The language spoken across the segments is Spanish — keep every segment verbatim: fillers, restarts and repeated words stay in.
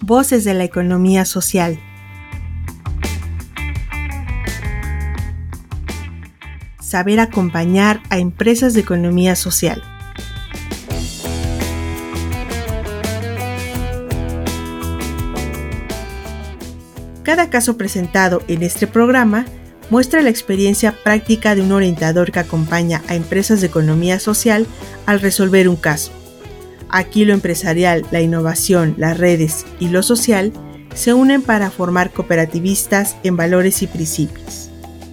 Voces de la economía social. Saber acompañar a empresas de economía social. Cada caso presentado en este programa muestra la experiencia práctica de un orientador que acompaña a empresas de economía social al resolver un caso. Aquí lo empresarial, la innovación, las redes y lo social se unen para formar cooperativistas en valores y principios.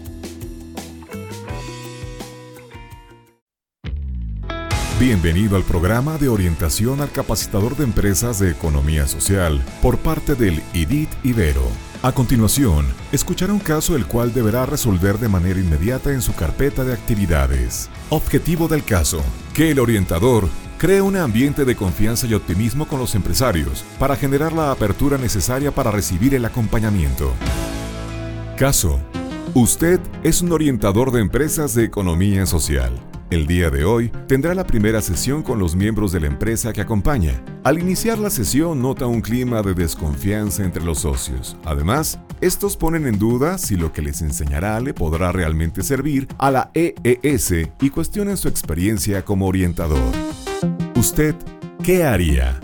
Bienvenido al programa de orientación al capacitador de empresas de economía social por parte del I D I T Ibero. A continuación, escuchará un caso el cual deberá resolver de manera inmediata en su carpeta de actividades. Objetivo del caso: que el orientador cree un ambiente de confianza y optimismo con los empresarios para generar la apertura necesaria para recibir el acompañamiento. Caso: usted es un orientador de empresas de economía social. El día de hoy tendrá la primera sesión con los miembros de la empresa que acompaña. Al iniciar la sesión nota un clima de desconfianza entre los socios. Además, estos ponen en duda si lo que les enseñará le podrá realmente servir a la E E S y cuestionan su experiencia como orientador. ¿Usted qué haría?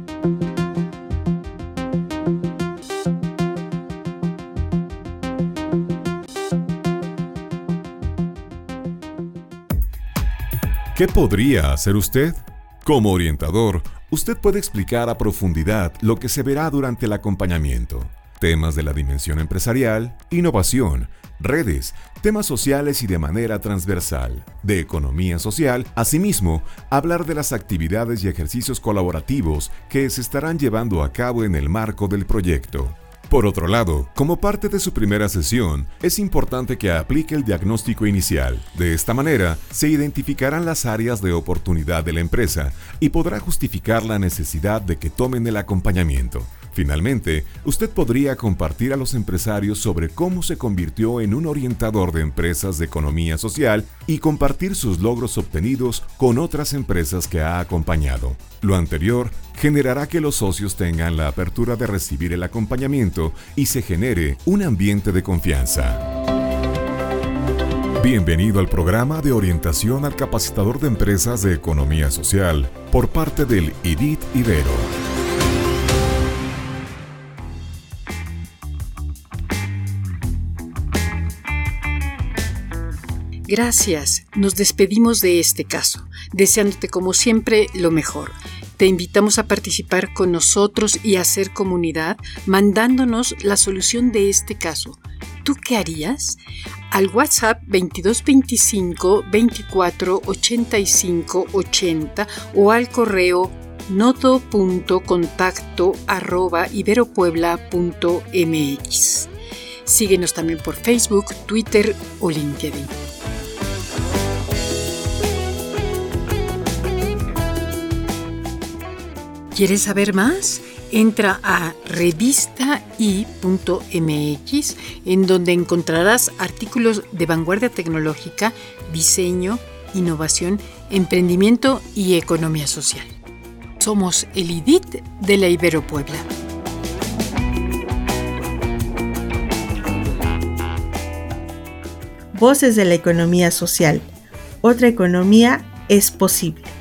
¿Qué podría hacer usted? Como orientador, usted puede explicar a profundidad lo que se verá durante el acompañamiento. Temas de la dimensión empresarial, innovación, redes, temas sociales y de manera transversal, de economía social. Asimismo, hablar de las actividades y ejercicios colaborativos que se estarán llevando a cabo en el marco del proyecto. Por otro lado, como parte de su primera sesión, es importante que aplique el diagnóstico inicial. De esta manera, se identificarán las áreas de oportunidad de la empresa y podrá justificar la necesidad de que tomen el acompañamiento. Finalmente, usted podría compartir a los empresarios sobre cómo se convirtió en un orientador de empresas de economía social y compartir sus logros obtenidos con otras empresas que ha acompañado. Lo anterior generará que los socios tengan la apertura de recibir el acompañamiento y se genere un ambiente de confianza. Bienvenido al programa de orientación al capacitador de empresas de economía social por parte del I D I T Ibero. Gracias, nos despedimos de este caso, deseándote como siempre lo mejor. Te invitamos a participar con nosotros y a hacer comunidad, mandándonos la solución de este caso. ¿Tú qué harías? Al WhatsApp veintidós veinticinco veinticuatro ochenta y cinco ochenta o al correo nodo punto contacto arroba iberopuebla punto mx. Síguenos también por Facebook, Twitter o LinkedIn. ¿Quieres saber más? Entra a revista i punto eme equis, en donde encontrarás artículos de vanguardia tecnológica, diseño, innovación, emprendimiento y economía social. Somos el I D I T de la Ibero Puebla. Voces de la economía social. Otra economía es posible.